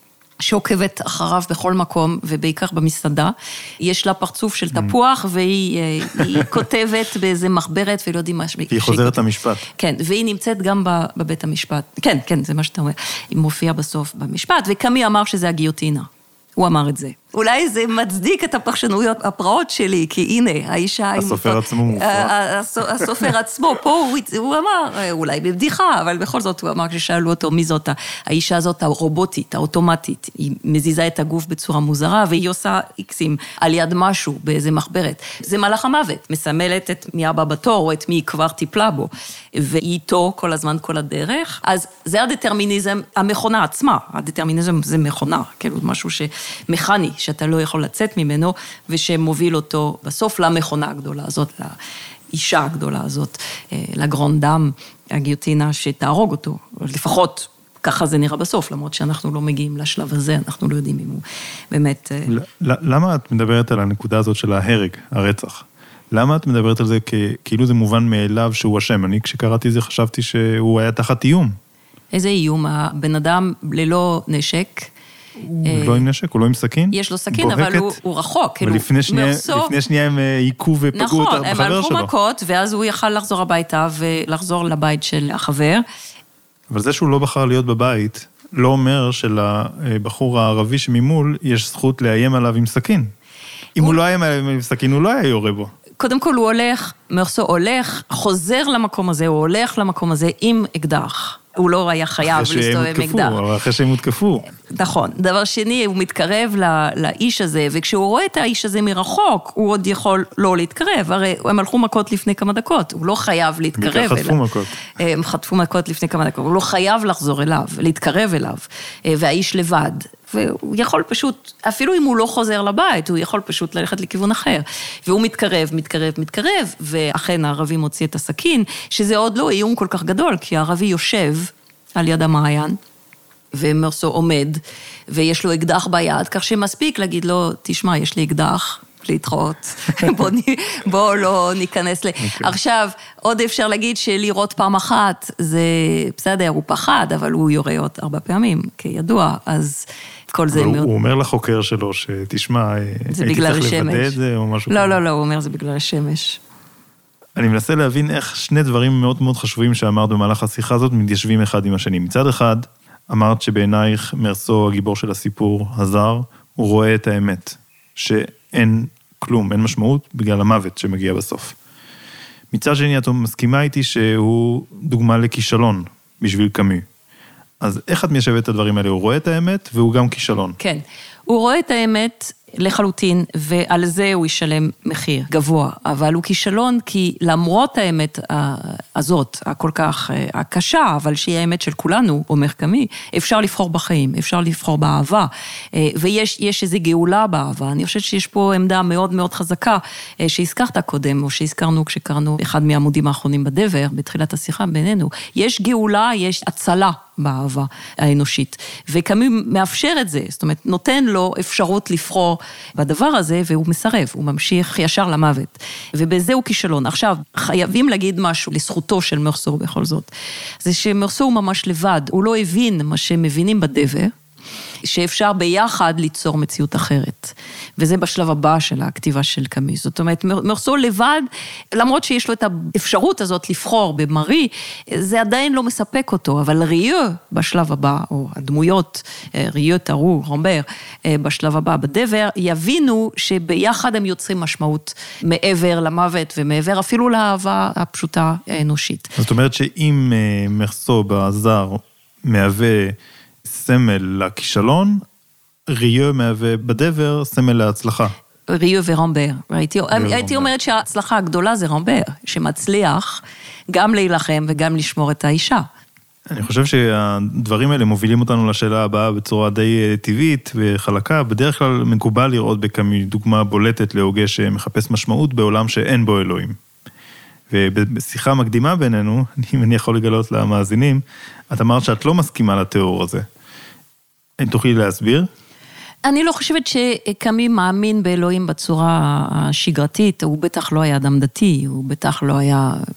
Speaker 3: שעוקבת אחריו בכל מקום, ובעיקר במסעדה. יש לה פרצוף של תפוח, והיא כותבת באיזה מחברת, ולא יודעים מה...
Speaker 2: היא חוזרת למשפט.
Speaker 3: כן, והיא נמצאת גם בבית המשפט. כן, כן, זה מה שאתה אומר. היא מופיעה בסוף במשפט, וקמי אמר שזה הגיוטינה. הוא אמר את זה. אולי זה מצדיק את הפרשנויות הפרעות שלי, כי הנה, האישה...
Speaker 2: הסופר עצמו מופרע.
Speaker 3: הסופר עצמו, פה הוא אמר, אולי בבדיחה, אבל בכל זאת הוא אמר, כששאלו אותו מי זאת, האישה הזאת הרובוטית, האוטומטית, היא מזיזה את הגוף בצורה מוזרה, והיא עושה איקסים על יד משהו, באיזה מחברת. זה מלאך המוות, מסמלת את מי הבא בתור, או את מי כבר טיפלה בו, והיא איתו כל הזמן, כל הדרך. אז זה הדטרמיניזם, המכונה עצמה, הדטרמיניזם זה מכונה, כאילו משהו שמכני, שאתה לא יכול לצאת ממנו, ושמוביל אותו בסוף למכונה הגדולה הזאת, לאישה הגדולה הזאת, לגרונדם, הגיוטינה שתהרוג אותו, לפחות ככה זה נראה בסוף, למרות שאנחנו לא מגיעים לשלב הזה, אנחנו לא יודעים אם הוא באמת...
Speaker 2: למה את מדברת על הנקודה הזאת של ההרג, הרצח? למה את מדברת על זה כאילו זה מובן מאליו שהוא אשם? אני כשקראתי זה חשבתי שהוא היה תחת איום.
Speaker 3: איזה איום? הבן אדם ללא נשק,
Speaker 2: הוא לא עם נשק, הוא לא עם סכין?
Speaker 3: יש לו סכין, אבל הוא רחוק.
Speaker 2: ולפני שנייה הם עיקו ופגעו את החבר שלו.
Speaker 3: נכון, הם הלכו מכות, ואז הוא יכל לחזור הביתה, ולחזור לבית של החבר.
Speaker 2: אבל זה שהוא לא בחר להיות בבית, לא אומר שלבחור הערבי שממול, יש זכות לאיים עליו עם סכין. אם הוא לא היה עם סכין, הוא לא היה יורה בו.
Speaker 3: קודם כל הוא הולך, מרסו הולך, חוזר למקום הזה, הוא הולך למקום הזה עם אקדח. הוא לא היה חייב להסתובב עם אקדח.
Speaker 2: אחרי שהם הותקפו.
Speaker 3: נכון. דבר שני, הוא מתקרב לאיש הזה, וכשהוא רואה את האיש הזה מרחוק, הוא עוד יכול לא להתקרב. הרי הם הלכו מכות לפני כמה דקות, הוא לא חייב להתקרב אליו.
Speaker 2: חטפו מכות.
Speaker 3: הם חטפו מכות לפני כמה דקות, הוא לא חייב לחזור אליו, להתקרב אליו, והאיש לבד. והוא יכול פשוט, אפילו אם הוא לא חוזר לבית, הוא יכול פשוט ללכת לכיוון אחר. והוא מתקרב, ואכן הערבי מוציא את הסכין, שזה עוד לא איום כל כך גדול, כי הערבי יושב על יד המעיין, ומרסו עומד, ויש לו אקדח ביד, כך שמספיק להגיד לו, תשמע, יש לי אקדח, להתראות, בוא לא ניכנס עכשיו, עוד אפשר להגיד שלראות פעם אחת, זה בסדר, הוא פחד, אבל הוא יורה עוד 4 פעמים, כידוע, אז כל זה...
Speaker 2: הוא אומר לחוקר שלו שתשמע, הייתי צריך לוודא את זה או משהו?
Speaker 3: לא, הוא אומר זה בגלל השמש.
Speaker 2: אני מנסה להבין איך שני דברים מאוד מאוד חשובים שאמרת במהלך השיחה הזאת, מתיישבים אחד עם השני. מצד אחד, אמרת שבעינייך מרסו הגיבור של הסיפור הזר, הוא רואה את האמת, שאין כלום, אין משמעות בגלל המוות שמגיע בסוף. מצד שני, את מסכימה איתי שהוא דוגמה לכישלון בשביל קאמי. אז איך את מיישבת את הדברים האלה? הוא רואה את האמת והוא גם כישלון.
Speaker 3: כן, הוא רואה את האמת לחלוטין, ועל זה הוא ישלם מחיר גבוה, אבל הוא כישלון כי למרות האמת הזאת, הכל כך הקשה, אבל שהיא האמת של כולנו, אומר קאמי, אפשר לבחור בחיים, אפשר לבחור באהבה, ויש איזו גאולה באהבה. אני חושבת שיש פה עמדה מאוד מאוד חזקה, שהזכרת קודם, או שהזכרנו כשקראנו אחד מהעמודים האחרונים בדבר, בתחילת השיחה בינינו, יש גאולה, יש הצלה באהבה האנושית, וקאמי מאפשר את זה, זאת אומרת, נותן לו אפשרות לבחור בדבר הזה, והוא מסרב, הוא ממשיך ישר למוות, ובזה הוא כישלון. עכשיו, חייבים להגיד משהו לזכותו של מרסו בכל זאת, זה שמרסו הוא ממש לבד, הוא לא הבין מה שמבינים בדבר, שאפשר ביחד ליצור מציאות אחרת. וזה בשלב הבא של הכתיבה של קאמי. זאת אומרת, מרסו לבד, למרות שיש לו את האפשרות הזאת לבחור במרי, זה עדיין לא מספק אותו, אבל ריו בשלב הבא, או הדמויות, ריו, טרו, רומבר, בשלב הבא בדבר, יבינו שביחד הם יוצרים משמעות מעבר למוות, ומעבר אפילו לאהבה הפשוטה האנושית.
Speaker 2: זאת אומרת שאם מרסו בזר מהווה סמל לכישלון, ריו מהווה בדבר סמל להצלחה.
Speaker 3: ריו ורומבר. הייתי אומרת שההצלחה הגדולה זה רומבר, שמצליח גם להילחם וגם לשמור את האישה.
Speaker 2: אני חושב שהדברים האלה מובילים אותנו לשאלה הבאה בצורה די טבעית וחלקה. בדרך כלל מקובל לראות בקאמי דוגמה בולטת להוגה שמחפש משמעות בעולם שאין בו אלוהים. ובשיחה מקדימה בינינו, אם אני יכול לגלות למאזינים, את אמרת שאת לא מסכימה לתיאור הזה. האם תוכלי להסביר?
Speaker 3: אני לא חושבת שקאמי מאמין באלוהים בצורה השגרתית, הוא בטח לא היה אדם דתי, הוא בטח לא היה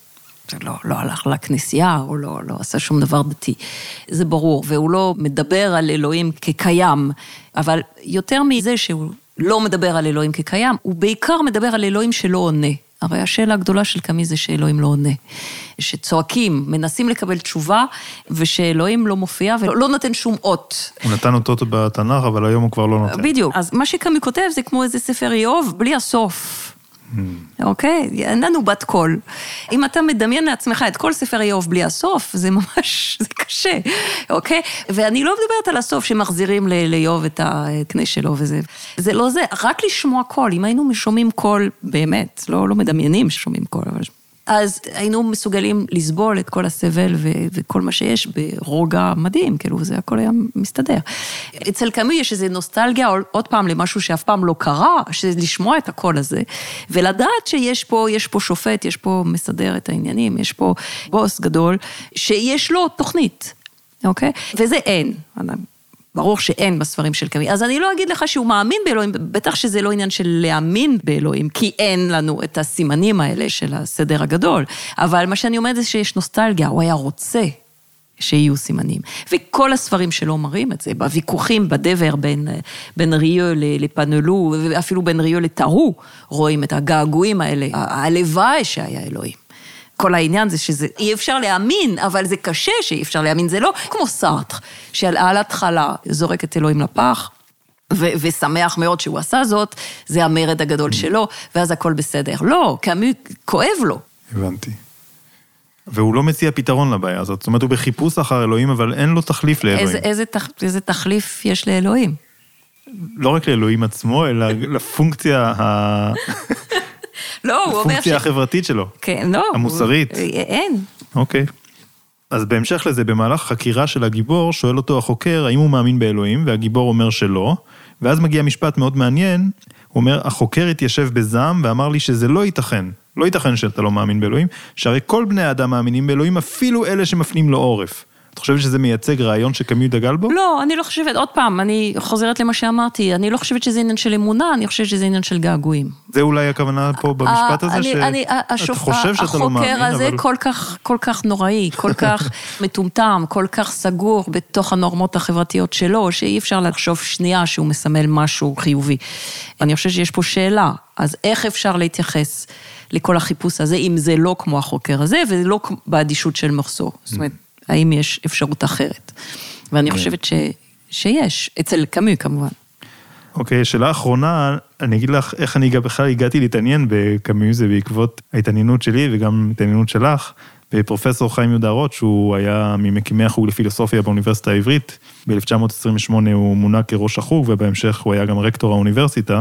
Speaker 3: לא הלך לכנסייה, או לא עשה שום דבר דתי. זה ברור, והוא לא מדבר על אלוהים כקיים, אבל יותר מזה שהוא לא מדבר על אלוהים כקיים, הוא בעיקר מדבר על אלוהים שלא עונה. הרי השאלה הגדולה של קאמי זה שאלוהים לא עונה. שצועקים, מנסים לקבל תשובה, ושאלוהים לא מופיע ולא נותן שום אות.
Speaker 2: הוא נתן אותות בתנ"ך, אבל היום הוא כבר לא נותן.
Speaker 3: בדיוק. אז מה שקאמי כותב זה כמו איזה ספר איוב, בלי הסוף. אוקיי? אין לנו בת קול. אם אתה מדמיין לעצמך את כל ספר איוב בלי הסוף, זה ממש, זה קשה. אוקיי? ואני לא מדברת על הסוף שמחזירים לאיוב את הקנה שלו וזה. זה לא זה, רק לשמוע קול. אם היינו שומעים קול באמת, לא מדמיינים ששומעים קול, אבל... אז היינו מסוגלים לסבול את כל הסבל וכל מה שיש ברוגע מדהים, כאילו זה הכל היה מסתדר. אצל קאמי יש איזו נוסטלגיה, עוד פעם למשהו שאף פעם לא קרה, שזה לשמוע את הקול הזה, ולדעת שיש פה שופט, יש פה מסדר את העניינים, יש פה בוס גדול, שיש לו תוכנית, אוקיי? וזה אין, ברור שאין בספרים של קאמי. אז אני לא אגיד לך שהוא מאמין באלוהים, בטח שזה לא עניין של להאמין באלוהים, כי אין לנו את הסימנים האלה של הסדר הגדול. אבל מה שאני אומרת זה שיש נוסטלגיה, הוא היה רוצה שיהיו סימנים. וכל הספרים שלו מראים את זה, בוויכוחים בדבר בין ריו לפנלו, ואפילו בין ריו לטרו, רואים את הגעגועים האלה, הלוואי שהיה אלוהים. כל העניין זה שזה אי אפשר להאמין, אבל זה קשה שאי אפשר להאמין, זה לא כמו סארטר, שעל ההתחלה זורק את אלוהים לפח, ושמח מאוד שהוא עשה זאת, זה המרד הגדול שלו, ואז הכל בסדר. לא, קאמי כואב לו.
Speaker 2: הבנתי. והוא לא מציע פתרון לבעיה הזאת, זאת אומרת, הוא בחיפוש אחר אלוהים, אבל אין לו תחליף לאלוהים.
Speaker 3: איזה תחליף יש לאלוהים?
Speaker 2: לא רק לאלוהים עצמו, אלא לפונקציה
Speaker 3: לא, הוא אומר
Speaker 2: הפונקציה החברתית שלו.
Speaker 3: כן, לא.
Speaker 2: המוסרית.
Speaker 3: אין.
Speaker 2: אוקיי. אז בהמשך לזה, במהלך חקירה של הגיבור, שואל אותו החוקר, האם הוא מאמין באלוהים, והגיבור אומר שלא, ואז מגיע משפט מאוד מעניין, הוא אומר, החוקר התיישב בזעם, ואמר לי שזה לא ייתכן. לא ייתכן שאתה לא מאמין באלוהים, שהרי כל בני האדם מאמינים באלוהים, אפילו אלה שמפנים לו עורף. את חושבת שזה מייצג רעיון שקאמי דגל בו?
Speaker 3: לא, אני לא חושבת, עוד פעם, אני חוזרת למה שאמרתי, אני לא חושבת שזה עניין של אמונה, אני חושבת שזה עניין של געגועים.
Speaker 2: זה אולי הכוונה פה במשפט הזה, שאתה חושב שאתה לא מאמין,
Speaker 3: החוקר הזה כל כך נוראי, כל כך מטומטם, כל כך סגור בתוך הנורמות החברתיות שלו, שאי אפשר לחשוב שנייה שהוא מסמל משהו חיובי. אני חושבת שיש פה שאלה, אז איך אפשר להתייחס לכל החיפוש הזה, אם זה לא כמו החוקר הזה, ולא באדישות של מרסו. זאת אומרת, האם יש אפשרות אחרת? ואני חושבת שיש, אצל קאמי כמובן.
Speaker 2: אוקיי, שאלה האחרונה, אני אגיד לך איך אני בכלל הגעתי להתעניין בקאמי, זה בעקבות ההתעניינות שלי וגם ההתעניינות שלך, ופרופסור חיים יהודה רוט, שהוא היה ממקימי החוג לפילוסופיה באוניברסיטה העברית, ב-1928 הוא מונה כראש החוג, ובהמשך הוא היה גם רקטור האוניברסיטה,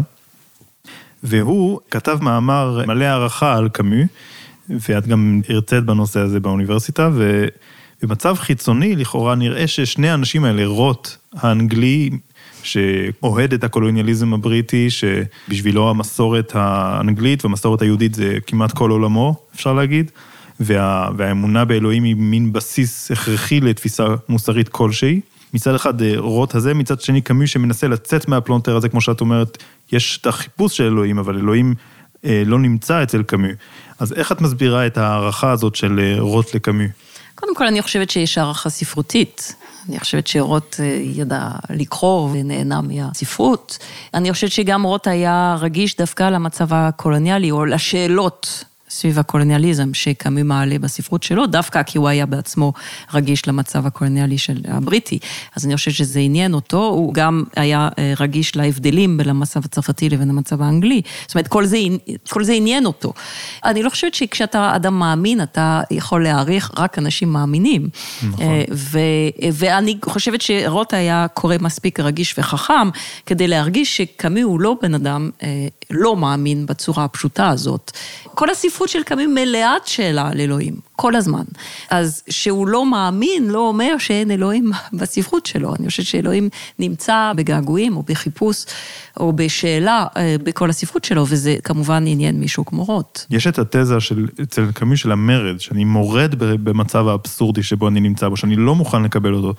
Speaker 2: והוא כתב מאמר מלא הערכה על קאמי, ואת גם הרצאת בנושא הזה באוניברסיטה, ובמצב חיצוני לכאורה נראה ששני האנשים האלה, רוט האנגלי, שאוהד את הקולוניאליזם הבריטי, שבשבילו המסורת האנגלית והמסורת היהודית זה כמעט כל עולמו, אפשר להגיד, והאמונה באלוהים היא מין בסיס הכרחי לתפיסה מוסרית כלשהי. מצד אחד רוט הזה, מצד שני קאמי שמנסה לצאת מהפלונטר הזה, כמו שאת אומרת, יש את החיפוש של אלוהים, אבל אלוהים לא נמצא אצל קאמי. אז איך את מסבירה את הערכה הזאת של רוט לקאמי?
Speaker 3: קודם כל אני חושבת שיש הערכה ספרותית. אני חושבת שרוט ידע לקרוא ונהנה מהספרות. אני חושבת שגם רוט היה רגיש דווקא למצב הקולוניאלי, או לשאלות סביב הקולוניאליזם שקאמי מעלה בספרות שלו, דווקא כי הוא היה בעצמו רגיש למצב הקולוניאלי של הבריטי. אז אני חושבת שזה עניין אותו, הוא גם היה רגיש להבדלים בין המצב הצרפתי לבין המצב האנגלי. זאת אומרת, כל זה עניין אותו. אני לא חושבת שכשאתה אדם מאמין, אתה יכול להעריך רק אנשים מאמינים. נכון. ואני חושבת שרוט היה קורא מספיק רגיש וחכם, כדי להרגיש שקאמי הוא לא בן אדם לא מאמין בצורה הפשוטה הזאת. כל הספרות של קאמי מלאת שאלה על אלוהים, כל הזמן. אז שהוא לא מאמין, לא אומר שאין אלוהים בספרות שלו. אני חושבת שאלוהים נמצא בגעגועים, או בחיפוש, או בשאלה בכל הספרות שלו, וזה כמובן עניין מישהו כמו רוט.
Speaker 2: יש את התזה אצל קאמי של המרד, שאני מורד במצב האבסורדי שבו אני נמצא בו, שאני לא מוכן לקבל אותו.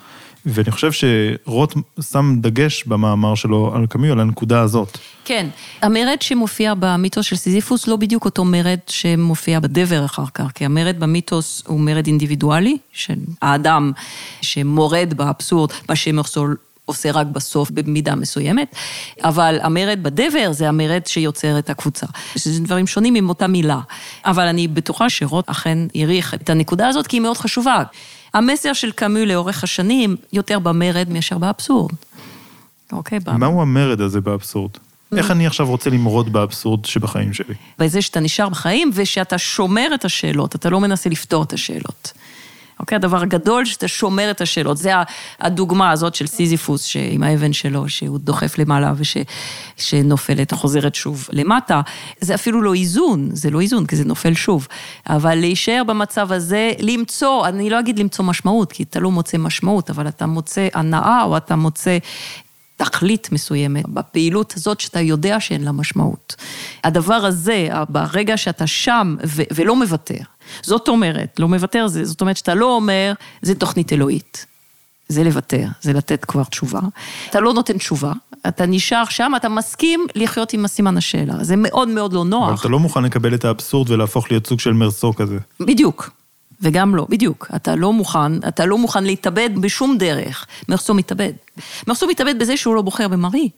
Speaker 2: ואני חושב שרוט שם דגש במאמר שלו על קאמיו, על הנקודה הזאת.
Speaker 3: כן, המרד שמופיע במיתוס של סיזיפוס לא בדיוק אותו מרד שמופיע בדבר אחר כך, כי המרד במיתוס הוא מרד אינדיבידואלי, של האדם שמורד באבסורד, מה שמרסול עושה רק בסוף במידה מסוימת, אבל המרד בדבר זה המרד שיוצר את הקבוצה. זה דברים שונים עם אותה מילה, אבל אני בטוחה שרוט אכן יריך את הנקודה הזאת, כי היא מאוד חשובה. המסר של קאמיו לאורך השנים יותר במרד מאשר באבסורד. אוקיי,
Speaker 2: מהו המרד הזה באבסורד? איך אני עכשיו רוצה למרוד באבסורד שבחיים שלי?
Speaker 3: בזה שאתה נשאר בחיים ושאתה שומר את השאלות, אתה לא מנסה לפתור את השאלות. אוקיי, הדבר הגדול שאתה שומר את השאלות, זה הדוגמה הזאת של סיזיפוס, עם האבן שלו, שהוא דוחף למעלה ושנופלת, חוזרת שוב למטה, זה אפילו לא איזון, זה לא איזון, כי זה נופל שוב, אבל להישאר במצב הזה, למצוא, אני לא אגיד למצוא משמעות, כי אתה לא מוצא משמעות, אבל אתה מוצא הנאה, או אתה מוצא תכלית מסוימת, בפעילות הזאת שאתה יודע שאין לה משמעות. הדבר הזה, ברגע שאתה שם ולא מוותר, זאת אומרת, לא מוותר, זאת אומרת שאתה לא אומר, זה תוכנית אלוהית. זה לוותר, זה לתת כבר תשובה. אתה לא נותן תשובה, אתה נשאר שם, אתה מסכים לחיות עם סימן השאלה. זה מאוד מאוד לא נוח.
Speaker 2: אבל אתה לא מוכן לקבל את האבסורד ולהפוך להיות סוג של מרסו כזה.
Speaker 3: בדיוק. וגם לא, בדיוק. אתה לא מוכן להתאבד בשום דרך. מרסו מתאבד. מרסו מתאבד בזה שהוא לא בוחר במרי.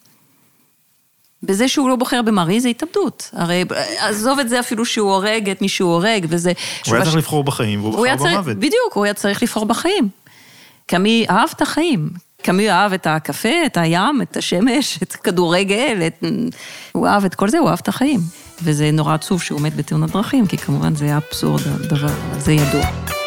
Speaker 3: בזה שהוא לא בוחר במרי, זה התאבדות. הרי, עזוב את זה אפילו שהוא הורג את מי שהוא הורג, וזה...
Speaker 2: הוא היה צריך לבחור בחיים, והוא בחר במוות.
Speaker 3: בדיוק, הוא היה צריך לבחור בחיים. קאמיו אהב את החיים. קאמיו אהב את הקפה, את הים, את השמש, את כדורגל, הוא אהב את כל זה, הוא אהב את החיים. וזה נורא עצוב שהוא מת בתאונת דרכים, כי כמובן זה היה אבסורד הדבר, זה ידוע.